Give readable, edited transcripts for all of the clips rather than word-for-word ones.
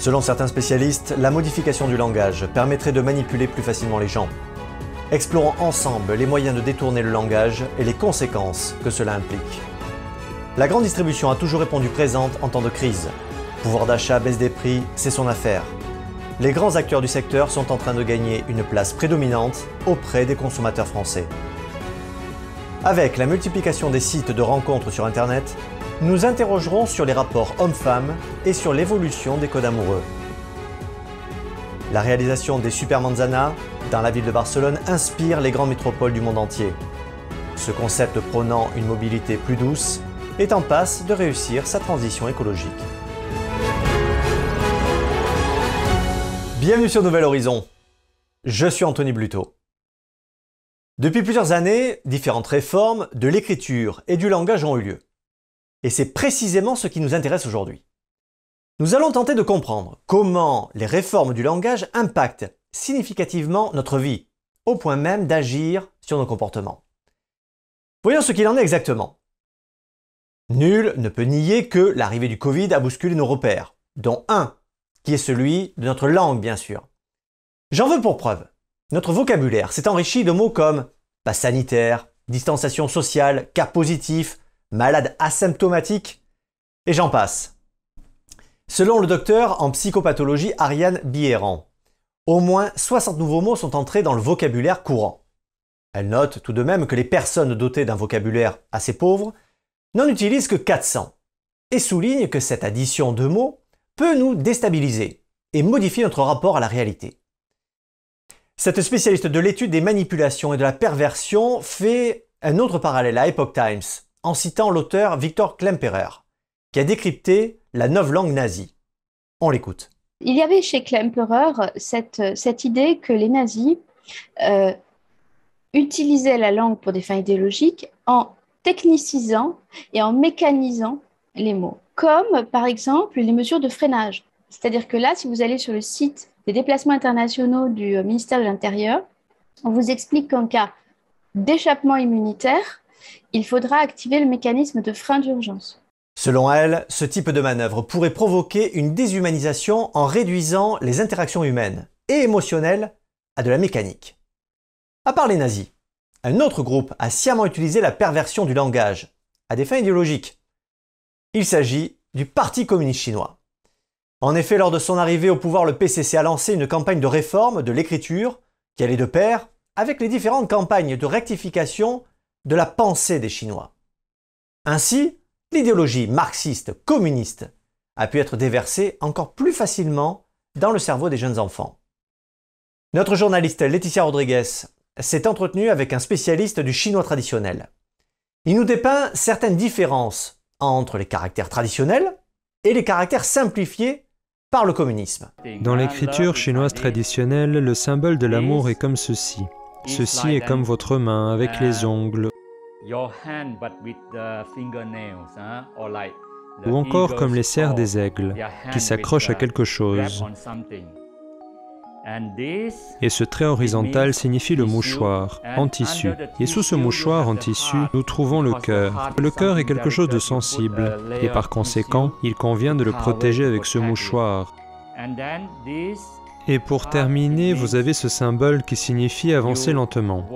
Selon certains spécialistes, la modification du langage permettrait de manipuler plus facilement les gens. Explorons ensemble les moyens de détourner le langage et les conséquences que cela implique. La grande distribution a toujours répondu présente en temps de crise. Pouvoir d'achat, baisse des prix, c'est son affaire. Les grands acteurs du secteur sont en train de gagner une place prédominante auprès des consommateurs français. Avec la multiplication des sites de rencontres sur Internet, nous interrogerons sur les rapports hommes-femmes et sur l'évolution des codes amoureux. La réalisation des Super Manzanas dans la ville de Barcelone inspire les grandes métropoles du monde entier. Ce concept prônant une mobilité plus douce est en passe de réussir sa transition écologique. Bienvenue sur Nouvel Horizon. Je suis Anthony Bluteau. Depuis plusieurs années, différentes réformes de l'écriture et du langage ont eu lieu. Et c'est précisément ce qui nous intéresse aujourd'hui. Nous allons tenter de comprendre comment les réformes du langage impactent significativement notre vie, au point même d'agir sur nos comportements. Voyons ce qu'il en est exactement. Nul ne peut nier que l'arrivée du Covid a bousculé nos repères, dont un qui est celui de notre langue bien sûr. J'en veux pour preuve. Notre vocabulaire s'est enrichi de mots comme passe sanitaire, distanciation sociale, cas positif, malade asymptomatique, et j'en passe. Selon le docteur en psychopathologie Ariane Biéran, au moins 60 nouveaux mots sont entrés dans le vocabulaire courant. Elle note tout de même que les personnes dotées d'un vocabulaire assez pauvre n'en utilisent que 400, et souligne que cette addition de mots peut nous déstabiliser et modifier notre rapport à la réalité. Cette spécialiste de l'étude des manipulations et de la perversion fait un autre parallèle à Epoch Times, en citant l'auteur Victor Klemperer, qui a décrypté la novlangue nazie. On l'écoute. Il y avait chez Klemperer cette idée que les nazis utilisaient la langue pour des fins idéologiques en technicisant et en mécanisant les mots, comme par exemple les mesures de freinage. C'est-à-dire que là, si vous allez sur le site des déplacements internationaux du ministère de l'Intérieur, on vous explique qu'en cas d'échappement immunitaire, il faudra activer le mécanisme de frein d'urgence. Selon elle, ce type de manœuvre pourrait provoquer une déshumanisation en réduisant les interactions humaines et émotionnelles à de la mécanique. À part les nazis, un autre groupe a sciemment utilisé la perversion du langage à des fins idéologiques. Il s'agit du Parti communiste chinois. En effet, lors de son arrivée au pouvoir, le PCC a lancé une campagne de réforme de l'écriture qui allait de pair avec les différentes campagnes de rectification de la pensée des Chinois. Ainsi, l'idéologie marxiste-communiste a pu être déversée encore plus facilement dans le cerveau des jeunes enfants. Notre journaliste Laetitia Rodriguez s'est entretenue avec un spécialiste du chinois traditionnel. Il nous dépeint certaines différences entre les caractères traditionnels et les caractères simplifiés par le communisme. Dans l'écriture chinoise traditionnelle, le symbole de l'amour est comme ceci. Ceci est comme votre main avec les ongles, ou encore comme les serres des aigles, qui s'accrochent à quelque chose. Et ce trait horizontal signifie le mouchoir, en tissu. Et sous ce mouchoir en tissu, nous trouvons le cœur. Le cœur est quelque chose de sensible, et par conséquent, il convient de le protéger avec ce mouchoir. Et pour terminer, vous avez ce symbole qui signifie avancer lentement.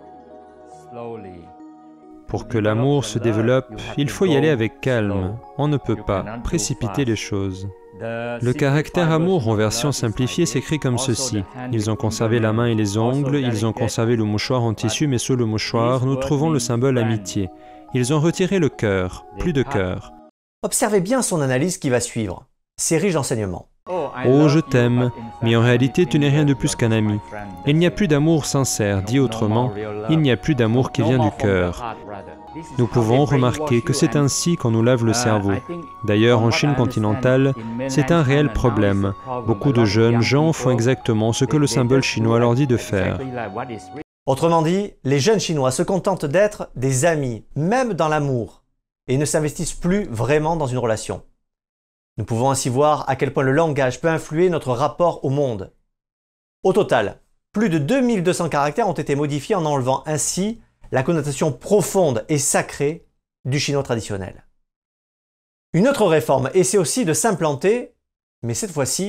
Pour que l'amour se développe, il faut y aller avec calme. On ne peut pas précipiter les choses. Le caractère amour en version simplifiée s'écrit comme ceci. Ils ont conservé la main et les ongles, ils ont conservé le mouchoir en tissu, mais sous le mouchoir, nous trouvons le symbole amitié. Ils ont retiré le cœur, plus de cœur. Observez bien son analyse qui va suivre. C'est riche d'enseignements. Oh, je t'aime, mais en réalité, tu n'es rien de plus qu'un ami. Il n'y a plus d'amour sincère, dit autrement, il n'y a plus d'amour qui vient du cœur. Nous pouvons remarquer que c'est ainsi qu'on nous lave le cerveau. D'ailleurs, en Chine continentale, c'est un réel problème. Beaucoup de jeunes gens font exactement ce que le symbole chinois leur dit de faire. Autrement dit, les jeunes Chinois se contentent d'être des amis, même dans l'amour, et ne s'investissent plus vraiment dans une relation. Nous pouvons ainsi voir à quel point le langage peut influer notre rapport au monde. Au total, plus de 2200 caractères ont été modifiés en enlevant ainsi la connotation profonde et sacrée du chinois traditionnel. Une autre réforme essaie aussi de s'implanter, mais cette fois-ci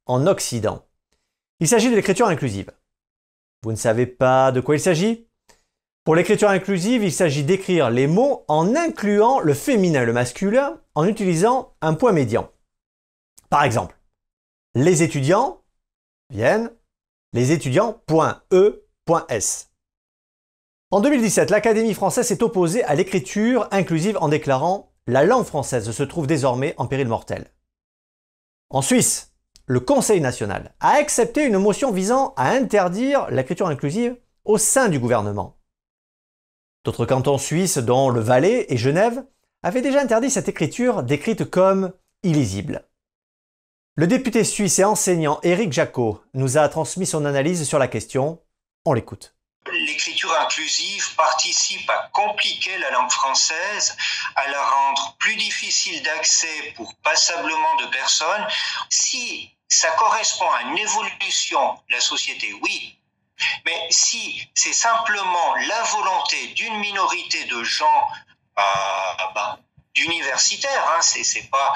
en Occident. Il s'agit de l'écriture inclusive. Vous ne savez pas de quoi il s'agit? Pour l'écriture inclusive, il s'agit d'écrire les mots en incluant le féminin et le masculin en utilisant un point médian. Par exemple, les étudiants viennent les étudiants.e.s. En 2017, l'Académie française s'est opposée à l'écriture inclusive en déclarant « La langue française se trouve désormais en péril mortel ». En Suisse, le Conseil national a accepté une motion visant à interdire l'écriture inclusive au sein du gouvernement. D'autres cantons suisses, dont le Valais et Genève, avaient déjà interdit cette écriture décrite comme illisible. Le député suisse et enseignant Éric Jacot nous a transmis son analyse sur la question. On l'écoute. L'écriture inclusive participe à compliquer la langue française, à la rendre plus difficile d'accès pour passablement de personnes. Si ça correspond à une évolution de la société, oui. Mais si c'est simplement la volonté d'une minorité de gens, d'universitaires, hein, c'est pas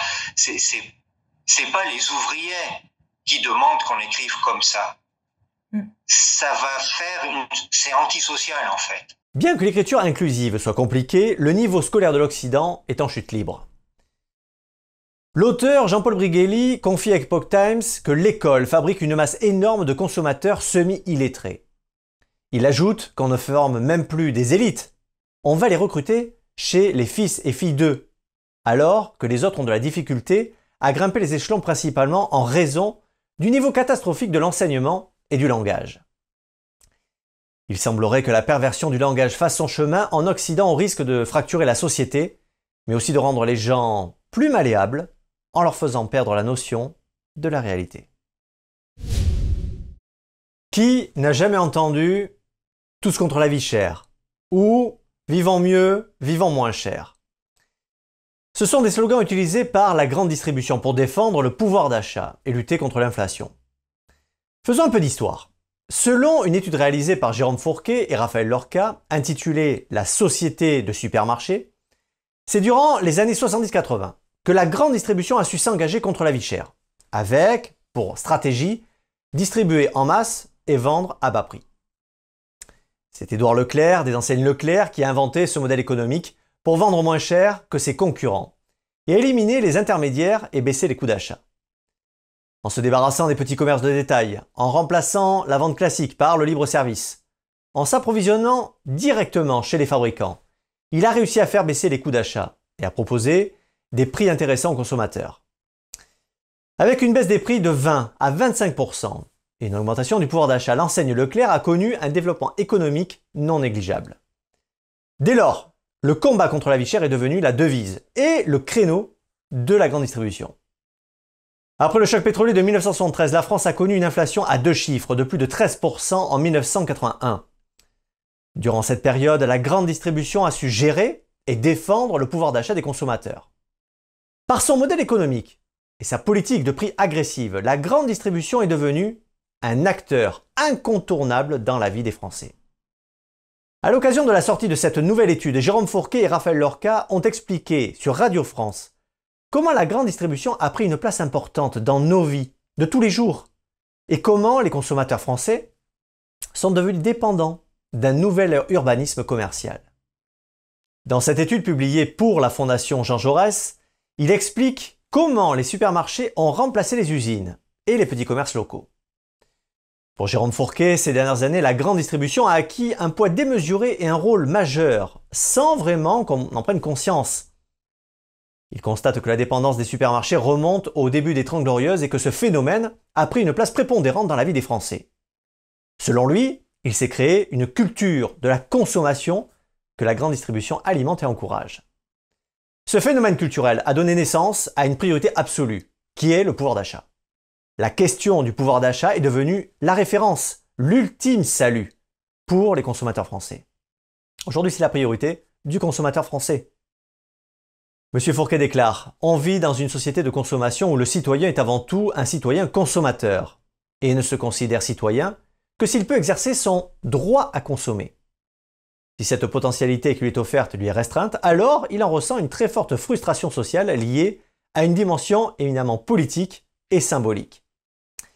les ouvriers qui demandent qu'on écrive comme ça. Ça va faire c'est antisocial en fait. Bien que l'écriture inclusive soit compliquée, le niveau scolaire de l'Occident est en chute libre. L'auteur Jean-Paul Briguelli confie à Epoch Times que l'école fabrique une masse énorme de consommateurs semi-illettrés. Il ajoute qu'on ne forme même plus des élites. On va les recruter chez les fils et filles d'eux, alors que les autres ont de la difficulté à grimper les échelons principalement en raison du niveau catastrophique de l'enseignement et du langage. Il semblerait que la perversion du langage fasse son chemin en Occident au risque de fracturer la société, mais aussi de rendre les gens plus malléables en leur faisant perdre la notion de la réalité. Qui n'a jamais entendu « tous contre la vie chère » ou « vivons mieux, vivons moins cher ». Ce sont des slogans utilisés par la grande distribution pour défendre le pouvoir d'achat et lutter contre l'inflation. Faisons un peu d'histoire. Selon une étude réalisée par Jérôme Fourquet et Raphaël Lorca, intitulée « La société de supermarché », c'est durant les années 70-80 que la grande distribution a su s'engager contre la vie chère, avec, pour stratégie, distribuer en masse et vendre à bas prix. C'est Édouard Leclerc, des enseignes Leclerc, qui a inventé ce modèle économique pour vendre moins cher que ses concurrents et éliminer les intermédiaires et baisser les coûts d'achat. En se débarrassant des petits commerces de détail, en remplaçant la vente classique par le libre-service, en s'approvisionnant directement chez les fabricants, il a réussi à faire baisser les coûts d'achat et à proposer des prix intéressants aux consommateurs. Avec une baisse des prix de 20 à 25% et une augmentation du pouvoir d'achat, l'enseigne Leclerc a connu un développement économique non négligeable. Dès lors, le combat contre la vie chère est devenu la devise et le créneau de la grande distribution. Après le choc pétrolier de 1973, la France a connu une inflation à deux chiffres de plus de 13% en 1981. Durant cette période, la grande distribution a su gérer et défendre le pouvoir d'achat des consommateurs. Par son modèle économique et sa politique de prix agressive, la grande distribution est devenue un acteur incontournable dans la vie des Français. À l'occasion de la sortie de cette nouvelle étude, Jérôme Fourquet et Raphaël Lorca ont expliqué sur Radio France comment la grande distribution a pris une place importante dans nos vies de tous les jours et comment les consommateurs français sont devenus dépendants d'un nouvel urbanisme commercial. Dans cette étude publiée pour la Fondation Jean Jaurès, il explique comment les supermarchés ont remplacé les usines et les petits commerces locaux. Pour Jérôme Fourquet, ces dernières années, la grande distribution a acquis un poids démesuré et un rôle majeur, sans vraiment qu'on en prenne conscience. Il constate que la dépendance des supermarchés remonte au début des Trente Glorieuses et que ce phénomène a pris une place prépondérante dans la vie des Français. Selon lui, il s'est créé une culture de la consommation que la grande distribution alimente et encourage. Ce phénomène culturel a donné naissance à une priorité absolue, qui est le pouvoir d'achat. La question du pouvoir d'achat est devenue la référence, l'ultime salut pour les consommateurs français. Aujourd'hui, c'est la priorité du consommateur français. Monsieur Fourquet déclare « On vit dans une société de consommation où le citoyen est avant tout un citoyen consommateur et ne se considère citoyen que s'il peut exercer son droit à consommer. Si cette potentialité qui lui est offerte lui est restreinte, alors il en ressent une très forte frustration sociale liée à une dimension éminemment politique et symbolique.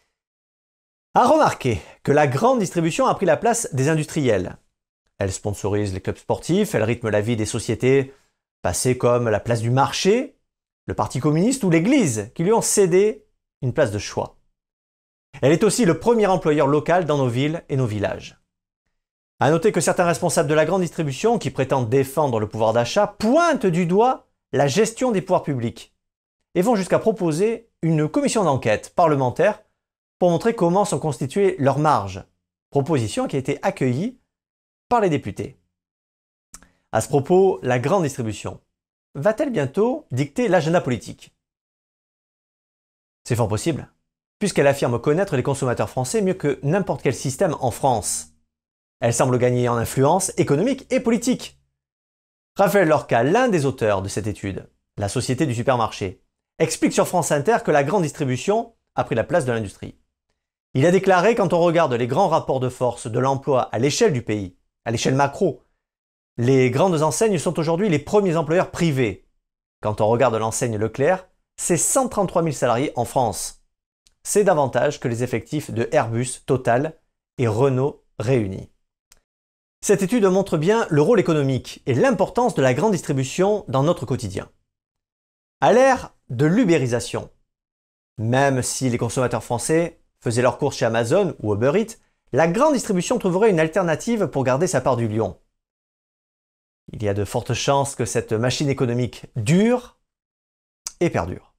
À remarquer que la grande distribution a pris la place des industriels. Elle sponsorise les clubs sportifs, elle rythme la vie des sociétés passées comme la place du marché, le Parti communiste ou l'Église qui lui ont cédé une place de choix. Elle est aussi le premier employeur local dans nos villes et nos villages. À noter que certains responsables de la grande distribution qui prétendent défendre le pouvoir d'achat pointent du doigt la gestion des pouvoirs publics et vont jusqu'à proposer une commission d'enquête parlementaire pour montrer comment sont constituées leurs marges, proposition qui a été accueillie par les députés. À ce propos, la grande distribution va-t-elle bientôt dicter l'agenda politique? C'est fort possible, puisqu'elle affirme connaître les consommateurs français mieux que n'importe quel système en France. Elle semble gagner en influence économique et politique. Raphaël Lorca, l'un des auteurs de cette étude, La Société du supermarché, explique sur France Inter que la grande distribution a pris la place de l'industrie. Il a déclaré, quand on regarde les grands rapports de force de l'emploi à l'échelle du pays, à l'échelle macro, les grandes enseignes sont aujourd'hui les premiers employeurs privés. Quand on regarde l'enseigne Leclerc, c'est 133 000 salariés en France. C'est davantage que les effectifs de Airbus, Total et Renault réunis. Cette étude montre bien le rôle économique et l'importance de la grande distribution dans notre quotidien. À l'ère de l'ubérisation, même si les consommateurs français faisaient leurs courses chez Amazon ou Uber Eats, la grande distribution trouverait une alternative pour garder sa part du lion. Il y a de fortes chances que cette machine économique dure et perdure.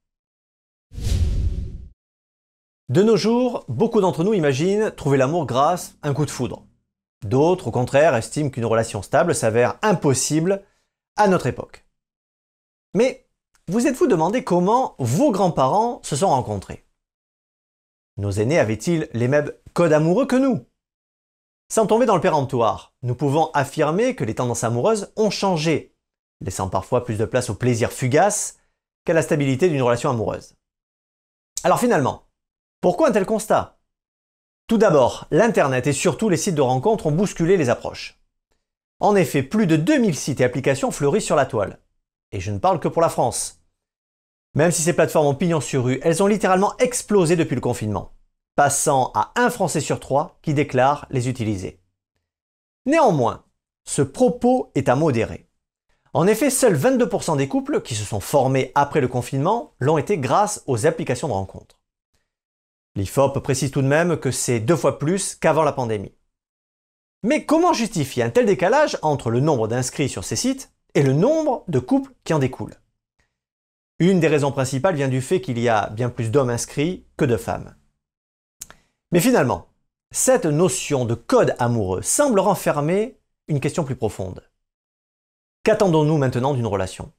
De nos jours, beaucoup d'entre nous imaginent trouver l'amour grâce à un coup de foudre. D'autres, au contraire, estiment qu'une relation stable s'avère impossible à notre époque. Mais vous êtes-vous demandé comment vos grands-parents se sont rencontrés? Nos aînés avaient-ils les mêmes codes amoureux que nous? Sans tomber dans le péremptoire, nous pouvons affirmer que les tendances amoureuses ont changé, laissant parfois plus de place au plaisir fugace qu'à la stabilité d'une relation amoureuse. Alors finalement, pourquoi un tel constat? Tout d'abord, l'Internet et surtout les sites de rencontres ont bousculé les approches. En effet, plus de 2000 sites et applications fleurissent sur la toile. Et je ne parle que pour la France. Même si ces plateformes ont pignon sur rue, elles ont littéralement explosé depuis le confinement, passant à 1 Français sur 3 qui déclare les utiliser. Néanmoins, ce propos est à modérer. En effet, seuls 22% des couples qui se sont formés après le confinement l'ont été grâce aux applications de rencontres. L'IFOP précise tout de même que c'est 2 fois plus qu'avant la pandémie. Mais comment justifier un tel décalage entre le nombre d'inscrits sur ces sites et le nombre de couples qui en découlent? Une des raisons principales vient du fait qu'il y a bien plus d'hommes inscrits que de femmes. Mais finalement, cette notion de code amoureux semble renfermer une question plus profonde. Qu'attendons-nous maintenant d'une relation?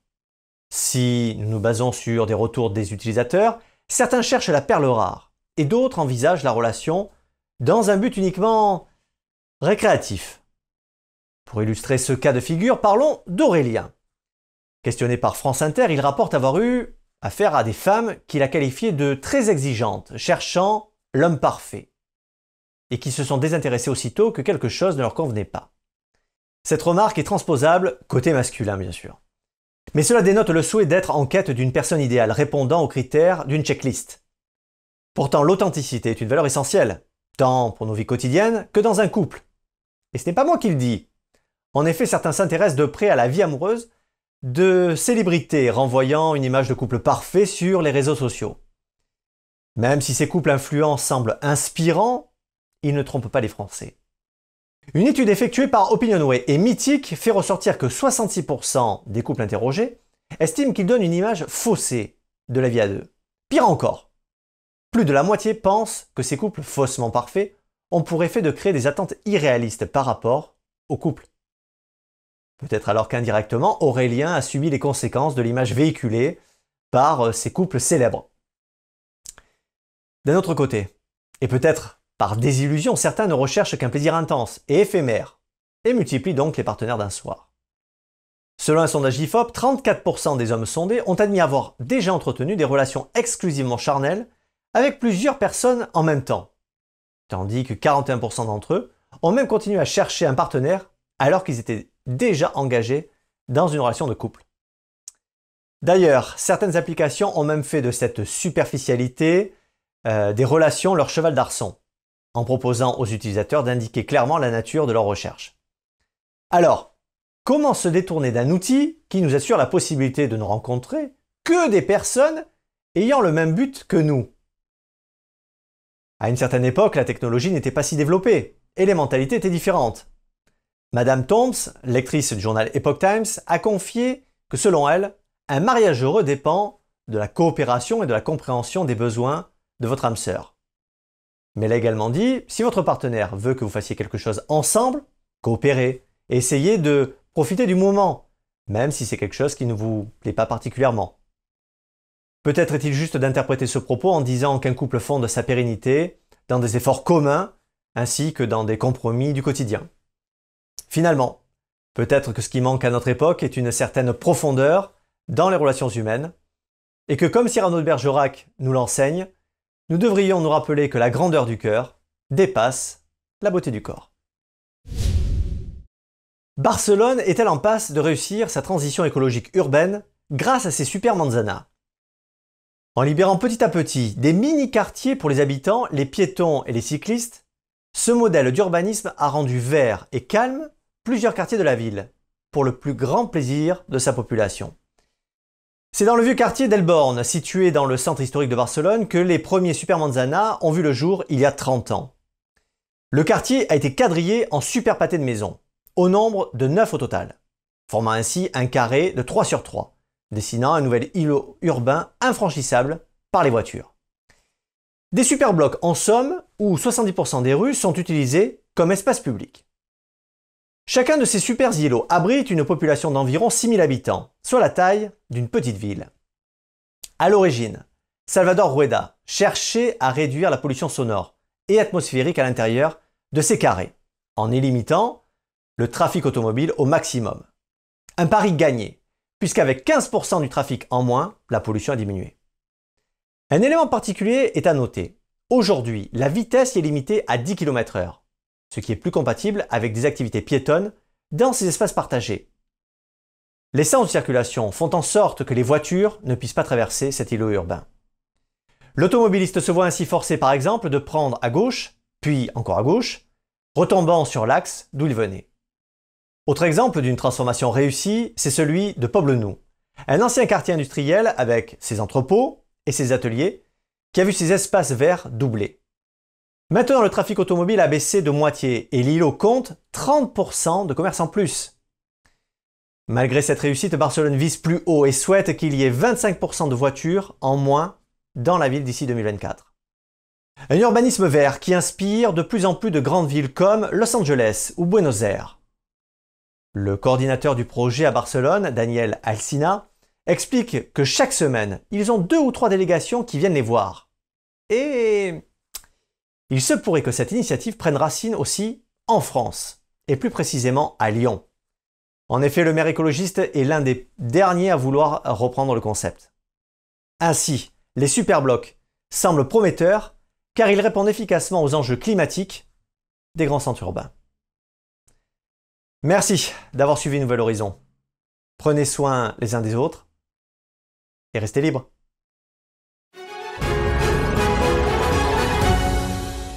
Si nous nous basons sur des retours des utilisateurs, certains cherchent la perle rare et d'autres envisagent la relation dans un but uniquement récréatif. Pour illustrer ce cas de figure, parlons d'Aurélien. Questionné par France Inter, il rapporte avoir eu affaire à des femmes qu'il a qualifiées de très exigeantes, cherchant l'homme parfait, et qui se sont désintéressées aussitôt que quelque chose ne leur convenait pas. Cette remarque est transposable côté masculin, bien sûr. Mais cela dénote le souhait d'être en quête d'une personne idéale, répondant aux critères d'une checklist. Pourtant, l'authenticité est une valeur essentielle, tant pour nos vies quotidiennes que dans un couple. Et ce n'est pas moi qui le dis. En effet, certains s'intéressent de près à la vie amoureuse de célébrités renvoyant une image de couple parfait sur les réseaux sociaux. Même si ces couples influents semblent inspirants, ils ne trompent pas les Français. Une étude effectuée par Opinionway et Mythique fait ressortir que 66% des couples interrogés estiment qu'ils donnent une image faussée de la vie à deux. Pire encore, plus de la moitié pensent que ces couples faussement parfaits ont pour effet de créer des attentes irréalistes par rapport au couple. Peut-être alors qu'indirectement, Aurélien a subi les conséquences de l'image véhiculée par ces couples célèbres. D'un autre côté, et peut-être par désillusion, certains ne recherchent qu'un plaisir intense et éphémère, et multiplient donc les partenaires d'un soir. Selon un sondage IFOP, 34% des hommes sondés ont admis avoir déjà entretenu des relations exclusivement charnelles avec plusieurs personnes en même temps, tandis que 41% d'entre eux ont même continué à chercher un partenaire alors qu'ils étaient déjà engagés dans une relation de couple. D'ailleurs, certaines applications ont même fait de cette superficialité des relations leur cheval d'arçon. en proposant aux utilisateurs d'indiquer clairement la nature de leur recherche. Alors, comment se détourner d'un outil qui nous assure la possibilité de ne rencontrer que des personnes ayant le même but que nous? À une certaine époque, la technologie n'était pas si développée et les mentalités étaient différentes. Madame Tombs, lectrice du journal Epoch Times, a confié que selon elle, un mariage heureux dépend de la coopération et de la compréhension des besoins de votre âme sœur. Mais elle a également dit, si votre partenaire veut que vous fassiez quelque chose ensemble, coopérez et essayez de profiter du moment, même si c'est quelque chose qui ne vous plaît pas particulièrement. Peut-être est-il juste d'interpréter ce propos en disant qu'un couple fonde sa pérennité dans des efforts communs ainsi que dans des compromis du quotidien. Finalement, peut-être que ce qui manque à notre époque est une certaine profondeur dans les relations humaines et que comme Cyrano de Bergerac nous l'enseigne, nous devrions nous rappeler que la grandeur du cœur dépasse la beauté du corps. Barcelone est-elle en passe de réussir sa transition écologique urbaine grâce à ses super manzanas? En libérant petit à petit des mini-quartiers pour les habitants, les piétons et les cyclistes, ce modèle d'urbanisme a rendu vert et calme plusieurs quartiers de la ville, pour le plus grand plaisir de sa population. C'est dans le vieux quartier d'Elborn, situé dans le centre historique de Barcelone, que les premiers super manzanas ont vu le jour il y a 30 ans. Le quartier a été quadrillé en super pâtés de maisons, au nombre de 9 au total, formant ainsi un carré de 3 sur 3, dessinant un nouvel îlot urbain infranchissable par les voitures. Des super blocs en somme, où 70% des rues sont utilisées comme espace public. Chacun de ces super îlots abrite une population d'environ 6000 habitants, soit la taille d'une petite ville. À l'origine, Salvador Rueda cherchait à réduire la pollution sonore et atmosphérique à l'intérieur de ces carrés, en y limitant le trafic automobile au maximum. Un pari gagné, puisqu'avec 15% du trafic en moins, la pollution a diminué. Un élément particulier est à noter. Aujourd'hui, la vitesse y est limitée à 10 km/h, ce qui est plus compatible avec des activités piétonnes dans ces espaces partagés. Les sens de circulation font en sorte que les voitures ne puissent pas traverser cet îlot urbain. L'automobiliste se voit ainsi forcé par exemple de prendre à gauche, puis encore à gauche, retombant sur l'axe d'où il venait. Autre exemple d'une transformation réussie, c'est celui de Poblenou, un ancien quartier industriel avec ses entrepôts et ses ateliers, qui a vu ses espaces verts doubler. Maintenant, le trafic automobile a baissé de moitié et l'îlot compte 30% de commerce en plus. Malgré cette réussite, Barcelone vise plus haut et souhaite qu'il y ait 25% de voitures en moins dans la ville d'ici 2024. Un urbanisme vert qui inspire de plus en plus de grandes villes comme Los Angeles ou Buenos Aires. Le coordinateur du projet à Barcelone, Daniel Alsina, explique que chaque semaine, ils ont 2 ou 3 délégations qui viennent les voir. Et il se pourrait que cette initiative prenne racine aussi en France, et plus précisément à Lyon. En effet, le maire écologiste est l'un des derniers à vouloir reprendre le concept. Ainsi, les superblocs semblent prometteurs car ils répondent efficacement aux enjeux climatiques des grands centres urbains. Merci d'avoir suivi Nouvel Horizon. Prenez soin les uns des autres et restez libres.